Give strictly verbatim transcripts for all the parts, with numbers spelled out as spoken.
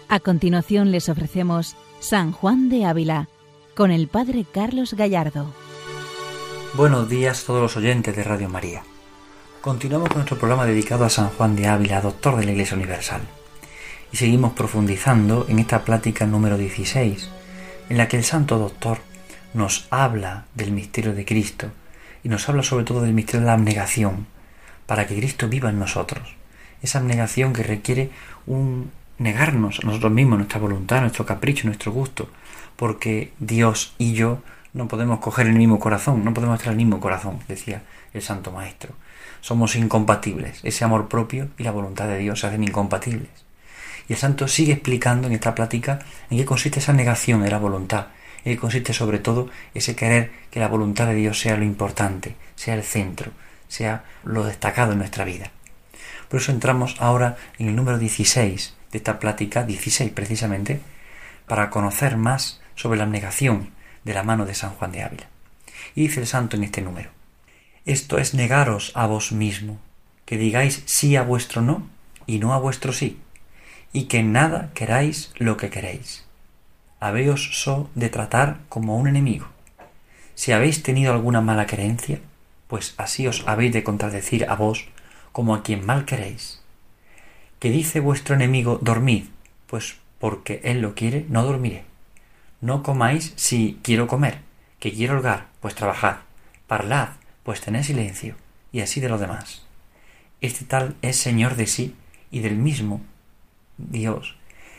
A continuación les ofrecemos San Juan de Ávila con el Padre Carlos Gallardo. Buenos días a todos los oyentes de Radio María. Continuamos con nuestro programa dedicado a San Juan de Ávila, doctor de la Iglesia Universal. Y seguimos profundizando en esta plática número dieciséis, en la que el Santo Doctor nos habla del misterio de Cristo y nos habla sobre todo del misterio de la abnegación, para que Cristo viva en nosotros. Esa abnegación que requiere un negarnos a nosotros mismos, nuestra voluntad, nuestro capricho, nuestro gusto, porque Dios y yo no podemos coger el mismo corazón, no podemos tener el mismo corazón, decía el Santo Maestro. Somos incompatibles, ese amor propio y la voluntad de Dios se hacen incompatibles. Y el Santo sigue explicando en esta plática en qué consiste esa negación de la voluntad, en qué consiste sobre todo ese querer que la voluntad de Dios sea lo importante, sea el centro, sea lo destacado en nuestra vida. Por eso entramos ahora en el número dieciséis de esta plática, dieciséis precisamente, para conocer más sobre la abnegación de la mano de San Juan de Ávila. Y dice el Santo en este número: esto es negaros a vos mismo, que digáis sí a vuestro no y no a vuestro sí, y que en nada queráis lo que queréis. Habéos so de tratar como a un enemigo. Si habéis tenido alguna mala querencia, pues así os habéis de contradecir a vos como a quien mal queréis. Que dice vuestro enemigo: dormid, pues porque él lo quiere, no dormiré. No comáis si quiero comer, que quiero holgar, pues trabajad. Parlad, pues tened silencio, y así de lo demás. Este tal es señor de sí y del mismo Dios,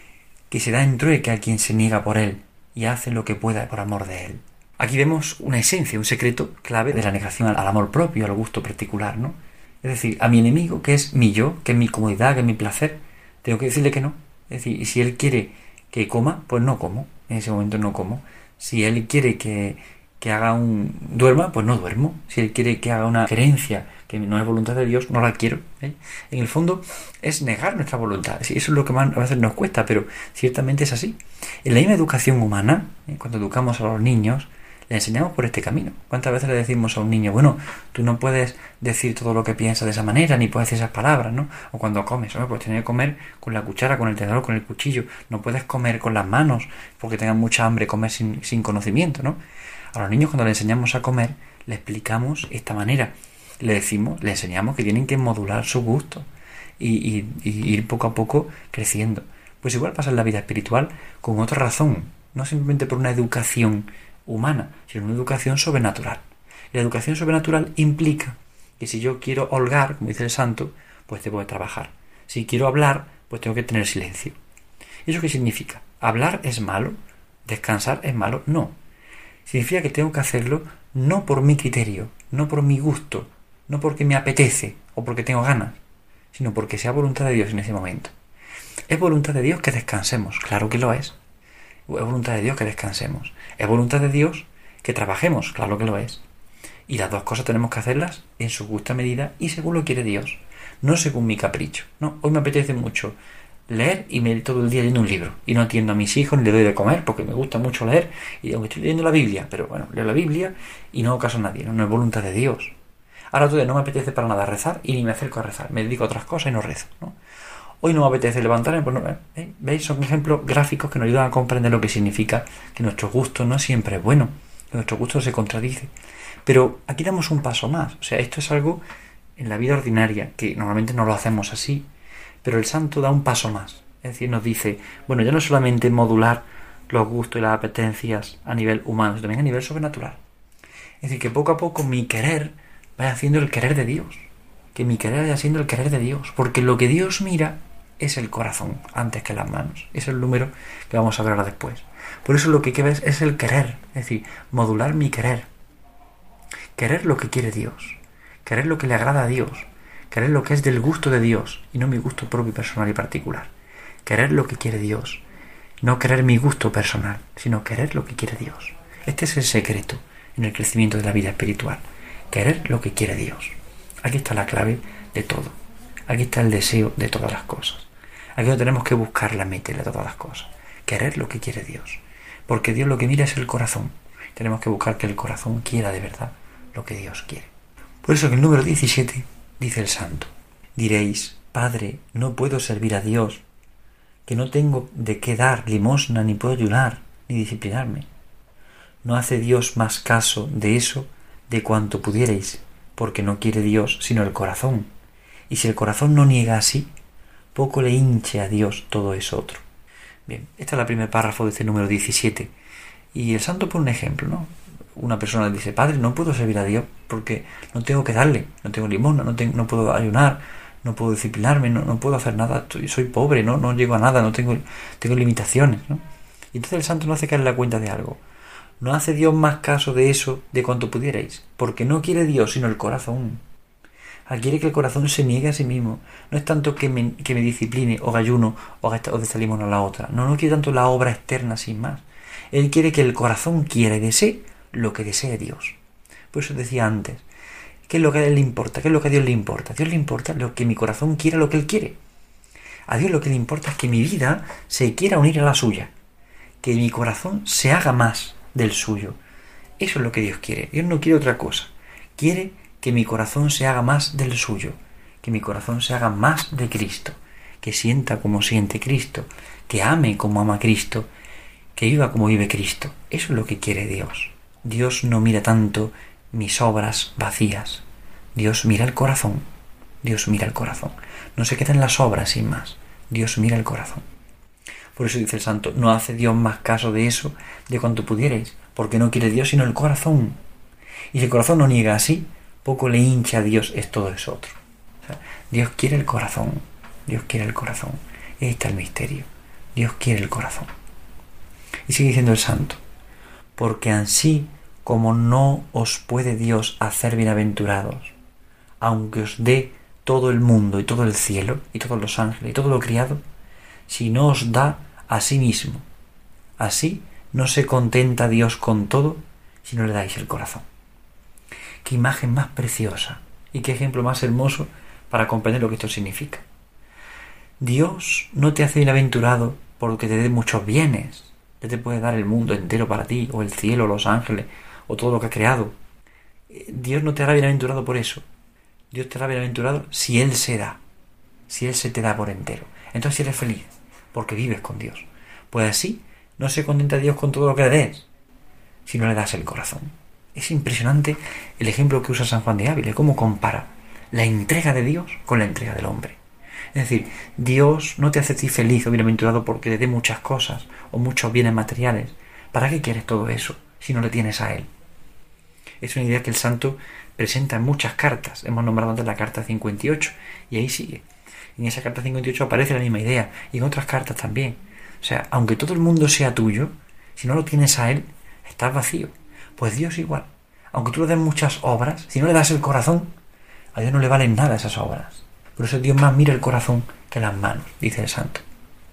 que se da en trueque a quien se niega por él y hace lo que pueda por amor de él. Aquí vemos una esencia, un secreto clave de la negación al amor propio, al gusto particular, ¿no? Es decir, a mi enemigo, que es mi yo, que es mi comodidad, que es mi placer, tengo que decirle que no. Es decir, y si él quiere que coma, pues no como. En ese momento no como. Si él quiere que, que haga un duerma, pues no duermo. Si él quiere que haga una querencia que no es voluntad de Dios, no la quiero, ¿eh? En el fondo es negar nuestra voluntad. Eso es lo que más a veces nos cuesta, pero ciertamente es así. En la misma educación humana, ¿eh? Cuando educamos a los niños, le enseñamos por este camino. ¿Cuántas veces le decimos a un niño: bueno, tú no puedes decir todo lo que piensas de esa manera, ni puedes decir esas palabras, ¿no? O cuando comes, ¿no? Pues tienes que comer con la cuchara, con el tenedor, con el cuchillo. No puedes comer con las manos porque tengas mucha hambre, comer sin, sin conocimiento, ¿no? A los niños, cuando les enseñamos a comer, le explicamos esta manera. Le decimos, le enseñamos que tienen que modular su gusto y, y, y ir poco a poco creciendo. Pues igual pasa en la vida espiritual con otra razón, no simplemente por una educación humana, sino una educación sobrenatural. La educación sobrenatural implica que si yo quiero holgar, como dice el Santo, pues debo de trabajar. Si quiero hablar, pues tengo que tener silencio. ¿Eso qué significa? ¿Hablar es malo? ¿Descansar es malo? No. Significa que tengo que hacerlo no por mi criterio, no por mi gusto, no porque me apetece o porque tengo ganas, sino porque sea voluntad de Dios en ese momento. ¿Es voluntad de Dios que descansemos? Claro que lo es. Es voluntad de Dios que descansemos. Es voluntad de Dios que trabajemos, claro que lo es. Y las dos cosas tenemos que hacerlas en su justa medida y según lo quiere Dios, no según mi capricho. No, hoy me apetece mucho leer y me todo el día leyendo un libro y no atiendo a mis hijos ni le doy de comer porque me gusta mucho leer y aunque estoy leyendo la Biblia, pero bueno, leo la Biblia y no hago caso a nadie, no, no es voluntad de Dios. Ahora todavía no me apetece para nada rezar y ni me acerco a rezar, me dedico a otras cosas y no rezo, ¿no? Hoy no me apetece levantarme, pues no, ¿eh? ¿Veis? Son ejemplos gráficos que nos ayudan a comprender lo que significa que nuestro gusto no siempre es bueno, que nuestro gusto se contradice. Pero aquí damos un paso más, o sea, esto es algo en la vida ordinaria, que normalmente no lo hacemos así, pero el Santo da un paso más. Es decir, nos dice, bueno, ya no solamente modular los gustos y las apetencias a nivel humano, sino también a nivel sobrenatural. Es decir, que poco a poco mi querer vaya haciendo el querer de Dios, que mi querer vaya haciendo el querer de Dios, porque lo que Dios mira es el corazón antes que las manos. Es el número que vamos a ver ahora después. Por eso lo que hay que ver es el querer, es decir, modular mi querer. Querer lo que quiere Dios, querer lo que le agrada a Dios, querer lo que es del gusto de Dios y no mi gusto propio, personal y particular. Querer lo que quiere Dios, no querer mi gusto personal, sino querer lo que quiere Dios. Este es el secreto en el crecimiento de la vida espiritual. Querer lo que quiere Dios. Aquí está la clave de todo. Aquí está el deseo de todas las cosas. Aquí no tenemos que buscar la meta de todas las cosas. Querer lo que quiere Dios. Porque Dios lo que mira es el corazón. Tenemos que buscar que el corazón quiera de verdad lo que Dios quiere. Por eso en el número diecisiete dice el Santo: diréis, Padre, no puedo servir a Dios que no tengo de qué dar limosna, ni puedo ayunar, ni disciplinarme. No hace Dios más caso de eso de cuanto pudierais, porque no quiere Dios sino el corazón. Y si el corazón no niega así, poco le hinche a Dios todo eso otro. Bien, este es el primer párrafo de este número diecisiete. Y el santo pone un ejemplo, ¿no? Una persona le dice: Padre, no puedo servir a Dios porque no tengo que darle, no tengo limosna, no, tengo, no puedo ayunar, no puedo disciplinarme, no, no puedo hacer nada, soy, soy pobre, ¿no? No llego a nada, no tengo, tengo limitaciones, ¿no? Y entonces el santo no hace caer la cuenta de algo. No hace Dios más caso de eso de cuanto pudierais, porque no quiere Dios sino el corazón. Quiere que el corazón se niegue a sí mismo. No es tanto que me, que me discipline o ayuno o, o de esta limosna a la otra. No, no quiere tanto la obra externa sin más. Él quiere que el corazón quiera y desee lo que desee Dios. Por eso decía antes, ¿qué es lo que a Él le importa? ¿Qué es lo que a Dios le importa? A Dios le importa lo que mi corazón quiera, lo que Él quiere. A Dios lo que le importa es que mi vida se quiera unir a la suya. Que mi corazón se haga más del suyo. Eso es lo que Dios quiere. Dios no quiere otra cosa. Quiere que mi corazón se haga más del suyo. Que mi corazón se haga más de Cristo. Que sienta como siente Cristo. Que ame como ama Cristo. Que viva como vive Cristo. Eso es lo que quiere Dios. Dios no mira tanto mis obras vacías. Dios mira el corazón. Dios mira el corazón. No se queda en las obras sin más. Dios mira el corazón. Por eso dice el santo: no hace Dios más caso de eso de cuanto pudierais, porque no quiere Dios sino el corazón. Y si el corazón no niega así, poco le hincha a Dios es todo eso otro. O sea, Dios quiere el corazón. Dios quiere el corazón. Y ahí está el misterio. Dios quiere el corazón. Y sigue diciendo el santo: porque ansí como no os puede Dios hacer bienaventurados, aunque os dé todo el mundo y todo el cielo y todos los ángeles y todo lo criado, si no os da a sí mismo. Así no se contenta Dios con todo si no le dais el corazón. Qué imagen más preciosa y qué ejemplo más hermoso para comprender lo que esto significa. Dios no te hace bienaventurado porque te dé muchos bienes. Él te puede dar el mundo entero para ti, o el cielo, o los ángeles, o todo lo que ha creado. Dios no te hará bienaventurado por eso. Dios te hará bienaventurado si Él se da, si Él se te da por entero. Entonces eres feliz, porque vives con Dios. Pues así no se contenta Dios con todo lo que le des, si no le das el corazón. Es impresionante el ejemplo que usa San Juan de Ávila, cómo compara la entrega de Dios con la entrega del hombre. Es decir, Dios no te hace a ti feliz o bienaventurado porque le dé muchas cosas o muchos bienes materiales. ¿Para qué quieres todo eso si no le tienes a Él? Es una idea que el santo presenta en muchas cartas. Hemos nombrado antes la carta cincuenta y ocho y ahí sigue. En esa carta cincuenta y ocho aparece la misma idea y en otras cartas también. O sea, aunque todo el mundo sea tuyo, si no lo tienes a Él, estás vacío. Pues Dios igual. Aunque tú le des muchas obras, si no le das el corazón, a Dios no le valen nada esas obras. Por eso Dios más mira el corazón que las manos, dice el santo.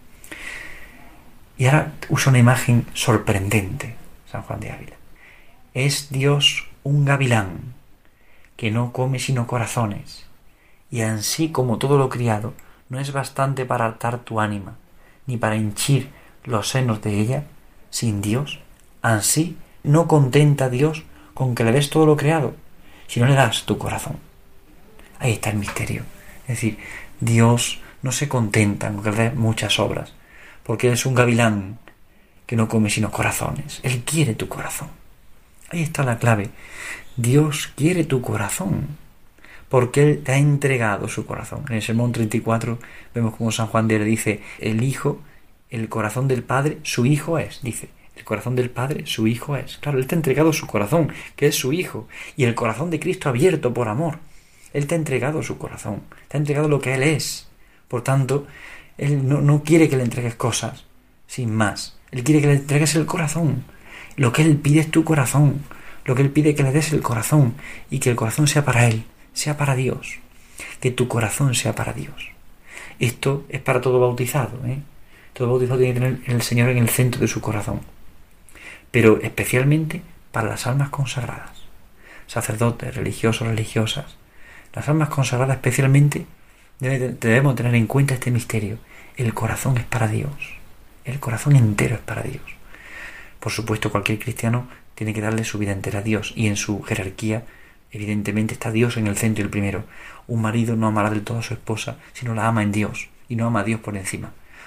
Y ahora usa una imagen sorprendente, San Juan de Ávila. Es Dios un gavilán que no come sino corazones, y ansí como todo lo criado no es bastante para hartar tu ánima, ni para henchir los senos de ella, sin Dios, ansí no contenta Dios con que le des todo lo creado, si no le das tu corazón. Ahí está el misterio. Es decir, Dios no se contenta con que le des muchas obras, porque Él es un gavilán que no come sino corazones. Él quiere tu corazón. Ahí está la clave. Dios quiere tu corazón, porque Él te ha entregado su corazón. En el Sermón treinta y cuatro vemos como San Juan de Ávila dice: el Hijo, el corazón del Padre, su Hijo es. Dice, el corazón del Padre, su Hijo es. Claro, Él te ha entregado su corazón, que es su Hijo, y el corazón de Cristo abierto por amor. Él te ha entregado su corazón, te ha entregado lo que Él es. Por tanto, Él no, no quiere que le entregues cosas sin más. Él quiere que le entregues el corazón. Lo que Él pide es tu corazón. Lo que Él pide es que le des el corazón y que el corazón sea para Él, sea para Dios. Que tu corazón sea para Dios. Esto es para todo bautizado, ¿eh? Todo bautizado tiene que tener el Señor en el centro de su corazón. Pero especialmente para las almas consagradas. Sacerdotes, religiosos, religiosas. Las almas consagradas especialmente debemos tener en cuenta este misterio. El corazón es para Dios. El corazón entero es para Dios. Por supuesto, cualquier cristiano tiene que darle su vida entera a Dios, y en su jerarquía evidentemente está Dios en el centro y el primero. Un marido no amará del todo a su esposa si no la ama en Dios y no ama a Dios por encima.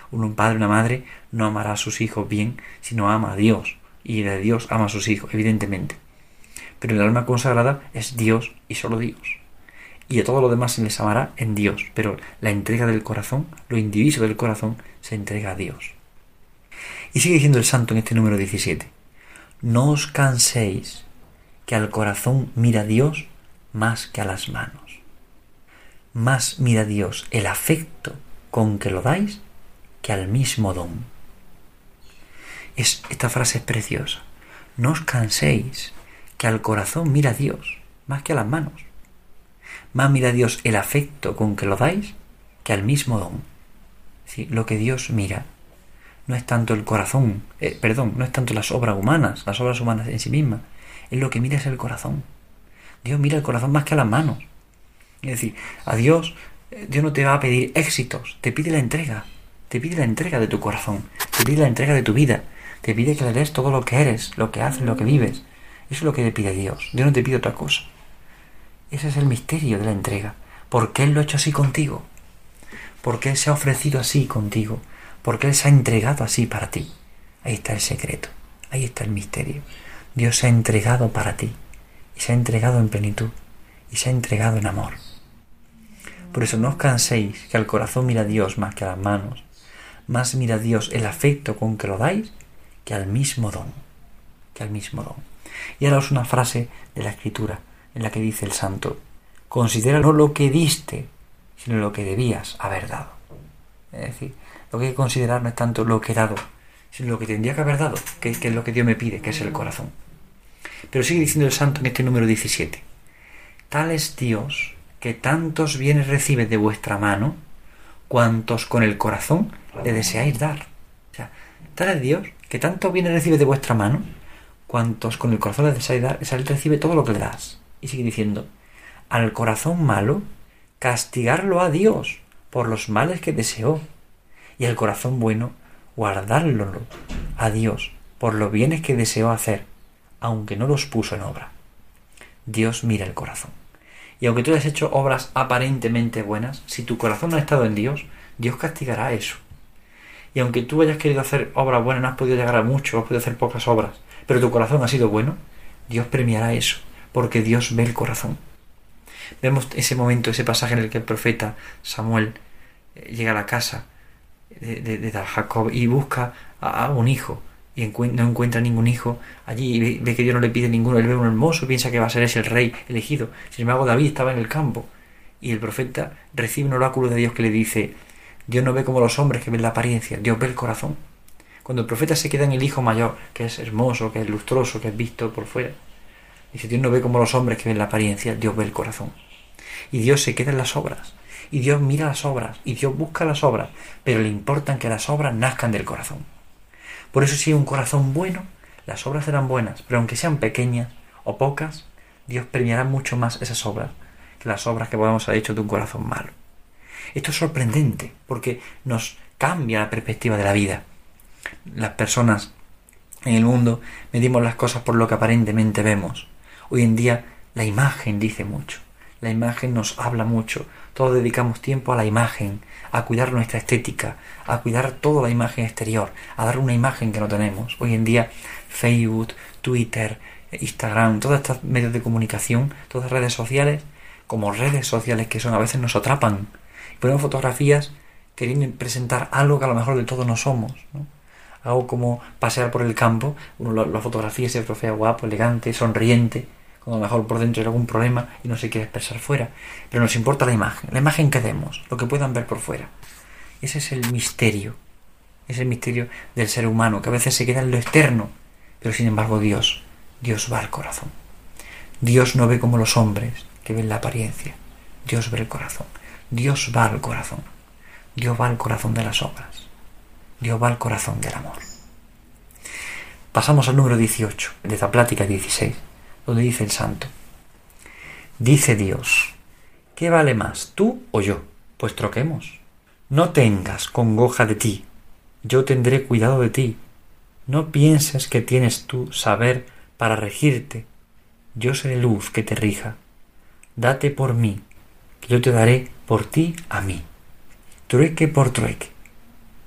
Un padre, una madre, no amará a sus hijos bien si no ama a Dios. Y de Dios ama a sus hijos, evidentemente. Pero el alma consagrada es Dios y solo Dios. Y a todo lo demás se les amará en Dios. Pero la entrega del corazón, lo indiviso del corazón, se entrega a Dios. Y sigue diciendo el santo en este número diecisiete. No os canséis, que al corazón mira Dios más que a las manos. Más mira Dios el afecto con que lo dais que al mismo don. Es, esta frase es preciosa. No os canséis, que al corazón mira Dios más que a las manos. Más mira Dios el afecto con que lo dais que al mismo don. ¿Sí? Lo que Dios mira no es tanto el corazón, eh, perdón, no es tanto las obras humanas, las obras humanas en sí mismas. Es lo que mira es el corazón. Dios mira el corazón más que a las manos. Es decir, a Dios, Dios no te va a pedir éxitos, te pide la entrega. Te pide la entrega de tu corazón, te pide la entrega de tu vida, te pide que le des todo lo que eres, lo que haces, lo que vives. Eso es lo que te pide Dios. Dios no te pide otra cosa. Ese es el misterio de la entrega. ¿Por qué Él lo ha hecho así contigo? ¿Por qué Él se ha ofrecido así contigo? ¿Por qué Él se ha entregado así para ti? Ahí está el secreto, ahí está el misterio. Dios se ha entregado para ti, y se ha entregado en plenitud, y se ha entregado en amor. Por eso no os canséis, que al corazón mira Dios más que a las manos. Más mira Dios el afecto con que lo dais que al mismo don. Que al mismo don. Y ahora os una frase de la Escritura en la que dice el santo: considera no lo que diste, sino lo que debías haber dado. Es decir, lo que hay que considerar no es tanto lo que he dado, sino lo que tendría que haber dado, que, que es lo que Dios me pide, que es el corazón. Pero sigue diciendo el santo en este número diecisiete: tal es Dios, que tantos bienes recibe de vuestra mano, cuantos con el corazón le deseáis dar. O sea, tal es Dios, que tantos bienes recibe de vuestra mano, cuantos con el corazón le deseáis dar. O sea, Él recibe todo lo que le das. Y sigue diciendo: al corazón malo, castigarlo a Dios por los males que deseó, y al corazón bueno, guardarlo a Dios por los bienes que deseó hacer, aunque no los puso en obra. Dios mira el corazón. Y aunque tú hayas hecho obras aparentemente buenas, si tu corazón no ha estado en Dios, Dios castigará eso. Y aunque tú hayas querido hacer obras buenas, no has podido llegar a mucho, has podido hacer pocas obras, pero tu corazón ha sido bueno, Dios premiará eso, porque Dios ve el corazón. Vemos ese momento, ese pasaje en el que el profeta Samuel llega a la casa de, de, de Jacob y busca a, a un hijo, y encu- no encuentra ningún hijo allí, y ve, ve que Dios no le pide ninguno. Él ve un hermoso, piensa que va a ser ese el rey elegido. Sin embargo, David estaba en el campo, y el profeta recibe un oráculo de Dios que le dice: Dios no ve como los hombres que ven la apariencia, Dios ve el corazón. Cuando el profeta se queda en el hijo mayor, que es hermoso, que es lustroso, que es visto por fuera, dice: Dios no ve como los hombres que ven la apariencia, Dios ve el corazón. Y Dios se queda en las obras, y Dios mira las obras, y Dios busca las obras, pero le importan que las obras nazcan del corazón. Por eso, si hay un corazón bueno, las obras serán buenas, pero aunque sean pequeñas o pocas, Dios premiará mucho más esas obras que las obras que podamos haber hecho de un corazón malo. Esto es sorprendente, porque nos cambia la perspectiva de la vida. Las personas en el mundo medimos las cosas por lo que aparentemente vemos. Hoy en día la imagen dice mucho, la imagen nos habla mucho. Todos dedicamos tiempo a la imagen, a cuidar nuestra estética, a cuidar toda la imagen exterior, a dar una imagen que no tenemos. Hoy en día Facebook, Twitter, Instagram, todos estos medios de comunicación, todas las redes sociales, como redes sociales que son, a veces nos atrapan. Ponemos fotografías queriendo presentar algo que a lo mejor de todo no somos, ¿no? Algo como pasear por el campo, uno lo, lo fotografía y se fotografía guapo, elegante, sonriente, cuando a lo mejor por dentro hay algún problema y no se quiere expresar fuera. Pero nos importa la imagen, la imagen que demos, lo que puedan ver por fuera. Ese es el misterio, es el misterio del ser humano, que a veces se queda en lo externo, pero sin embargo Dios, Dios va al corazón. Dios no ve como los hombres que ven la apariencia, Dios ve el corazón. Dios va al corazón, Dios va al corazón de las obras, Dios va al corazón del amor. Pasamos al número dieciocho de esta plática dieciséis, donde dice el santo: dice Dios, ¿qué vale más, tú o yo? Pues troquemos. No tengas congoja de ti, yo tendré cuidado de ti. No pienses que tienes tú saber para regirte, yo seré luz que te rija. Date por mí, que yo te daré por ti a mí. Trueque por trueque.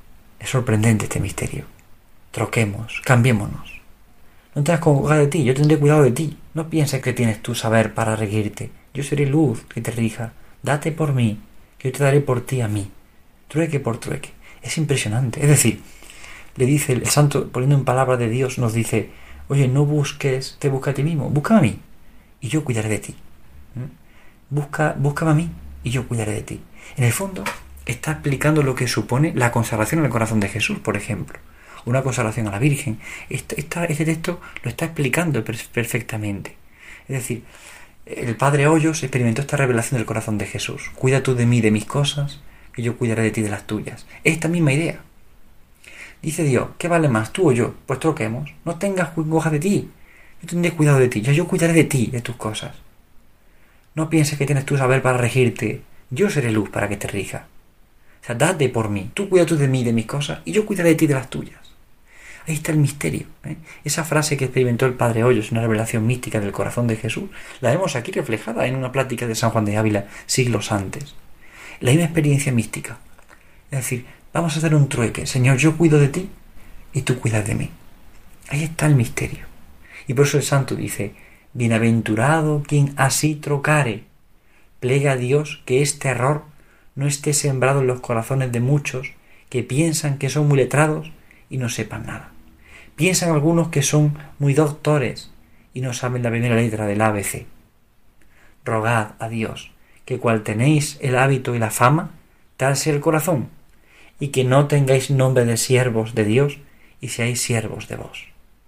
Es sorprendente este misterio. Troquemos, cambiémonos. No tengas congoja de ti, yo tendré cuidado de ti. No pienses que tienes tu saber para regirte. Yo seré luz que te rija. Date por mí, que yo te daré por ti a mí. Trueque por trueque. Es impresionante. Es decir, le dice el santo, poniendo en palabras de Dios, nos dice, oye, no busques, te busca a ti mismo, búscame a mí y yo cuidaré de ti. ¿Mm? Busca, búscame a mí y yo cuidaré de ti. En el fondo, está explicando lo que supone la consagración en el corazón de Jesús, por ejemplo. Una consagración a la Virgen. Este, esta, este texto lo está explicando perfectamente. Es decir, el Padre Hoyos experimentó esta revelación del corazón de Jesús. Cuida tú de mí, de mis cosas, que yo cuidaré de ti, de las tuyas. Esta misma idea. Dice Dios, ¿qué vale más, tú o yo? Pues troquemos. No tengas congoja de ti. Yo tendré cuidado de ti. Ya yo cuidaré de ti, de tus cosas. No pienses que tienes tu saber para regirte. Yo seré luz para que te rija. O sea, date por mí. Tú cuida tú de mí, de mis cosas, y yo cuidaré de ti, de las tuyas. Ahí está el misterio. ¿eh? Esa frase que experimentó el Padre Hoyos, una revelación mística del corazón de Jesús, la vemos aquí reflejada en una plática de San Juan de Ávila siglos antes. La misma experiencia mística. Es decir, vamos a hacer un trueque. Señor, yo cuido de ti y tú cuidas de mí. Ahí está el misterio. Y por eso el santo dice, bienaventurado quien así trocare. Plega a Dios que este error no esté sembrado en los corazones de muchos que piensan que son muy letrados y no sepan nada. Piensan algunos que son muy doctores y no saben la primera letra del A B C. Rogad a Dios que cual tenéis el hábito y la fama, tal sea el corazón, y que no tengáis nombre de siervos de Dios y seáis siervos de vos.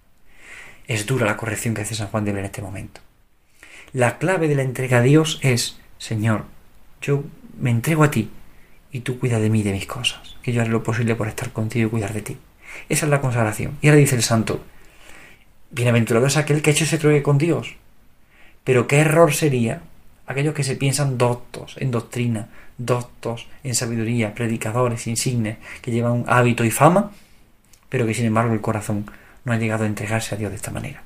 Es dura la corrección que hace San Juan de Ávila en este momento. La clave de la entrega a Dios es, Señor, yo me entrego a ti y tú cuida de mí y de mis cosas, que yo haré lo posible por estar contigo y cuidar de ti. Esa es la consagración. Y ahora dice el santo, bienaventurado es aquel que ha hecho ese trueque con Dios. Pero qué error sería aquellos que se piensan doctos en doctrina, doctos en sabiduría, predicadores insignes, que llevan un hábito y fama, pero que sin embargo el corazón no ha llegado a entregarse a Dios de esta manera.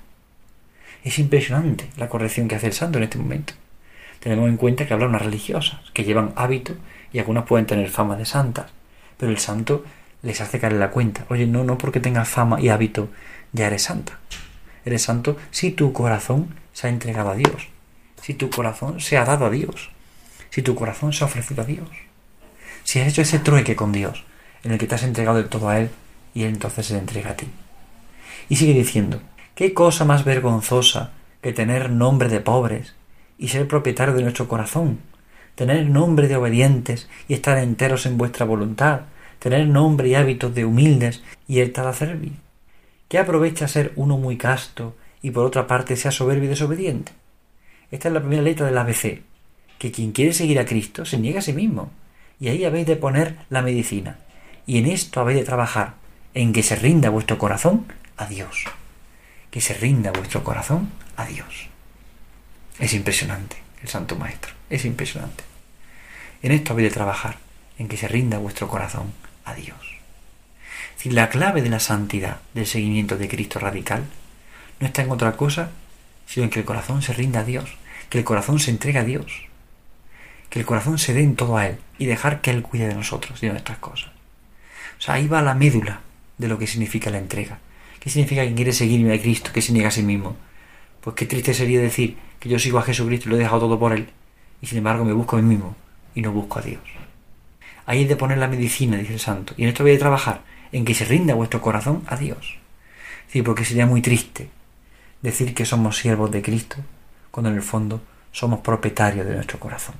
Es impresionante la corrección que hace el santo en este momento. Tenemos en cuenta que habla unas religiosas, que llevan hábito y algunas pueden tener fama de santas, pero el santo les hace caer en la cuenta. Oye, no, no porque tengas fama y hábito ya eres santa. Eres santo si tu corazón se ha entregado a Dios, si tu corazón se ha dado a Dios, si tu corazón se ha ofrecido a Dios, si has hecho ese trueque con Dios, en el que te has entregado del todo a Él y Él entonces se le entrega a ti. Y sigue diciendo, ¿qué cosa más vergonzosa que tener nombre de pobres y ser propietario de nuestro corazón? Tener nombre de obedientes y estar enteros en vuestra voluntad, tener nombre y hábitos de humildes y estar a servir. ¿Qué aprovecha ser uno muy casto y por otra parte sea soberbio y desobediente? Esta es la primera letra del A B C, que quien quiere seguir a Cristo se niega a sí mismo, y ahí habéis de poner la medicina, y en esto habéis de trabajar, en que se rinda vuestro corazón a Dios, que se rinda vuestro corazón a Dios. Es impresionante el Santo Maestro, es impresionante. En esto habéis de trabajar, en que se rinda vuestro corazón a Dios. Es decir, la clave de la santidad, del seguimiento de Cristo radical, no está en otra cosa, sino en que el corazón se rinda a Dios, que el corazón se entregue a Dios, que el corazón se dé en todo a Él y dejar que Él cuide de nosotros y de nuestras cosas. O sea, ahí va la médula de lo que significa la entrega. ¿Qué significa quien quiere seguirme a Cristo, que se niega a sí mismo? Pues qué triste sería decir que yo sigo a Jesucristo y lo he dejado todo por Él, y sin embargo me busco a mí mismo y no busco a Dios. Ahí hay de poner la medicina, dice el santo, y en esto voy a trabajar, en que se rinda vuestro corazón a Dios. Sí, porque sería muy triste decir que somos siervos de Cristo, cuando en el fondo somos propietarios de nuestro corazón.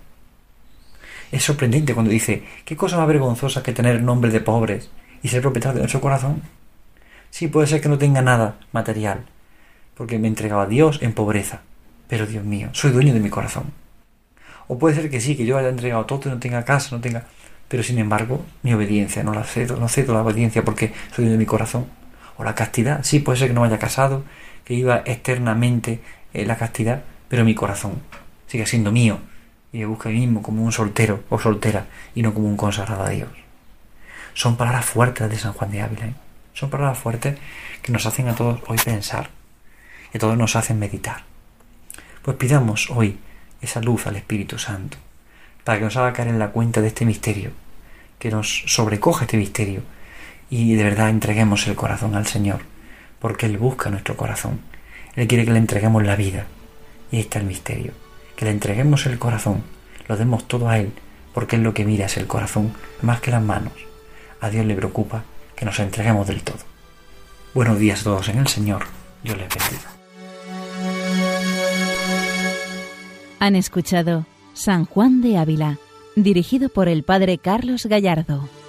Es sorprendente cuando dice, ¿qué cosa más vergonzosa que tener nombre de pobres y ser propietario de nuestro corazón? Sí, puede ser que no tenga nada material, porque me he entregado a Dios en pobreza, pero Dios mío, soy dueño de mi corazón. O puede ser que sí, que yo haya entregado todo y no tenga casa, no tenga... pero sin embargo, mi obediencia, no la cedo, no cedo la obediencia porque soy dueño de mi corazón. O la castidad, sí, puede ser que no me haya casado, que iba externamente en la castidad, pero mi corazón sigue siendo mío y me busca a mí mismo como un soltero o soltera y no como un consagrado a Dios. Son palabras fuertes de San Juan de Ávila, ¿eh? Son palabras fuertes que nos hacen a todos hoy pensar y a todos nos hacen meditar. Pues pidamos hoy esa luz al Espíritu Santo para que nos haga caer en la cuenta de este misterio, que nos sobrecoja este misterio y de verdad entreguemos el corazón al Señor, porque Él busca nuestro corazón. Él quiere que le entreguemos la vida. Y ahí está el misterio, que le entreguemos el corazón, lo demos todo a Él, porque Él lo que mira es el corazón más que las manos. A Dios le preocupa que nos entreguemos del todo. Buenos días a todos en el Señor. Dios les bendiga. Han escuchado San Juan de Ávila, dirigido por el Padre Carlos Gallardo.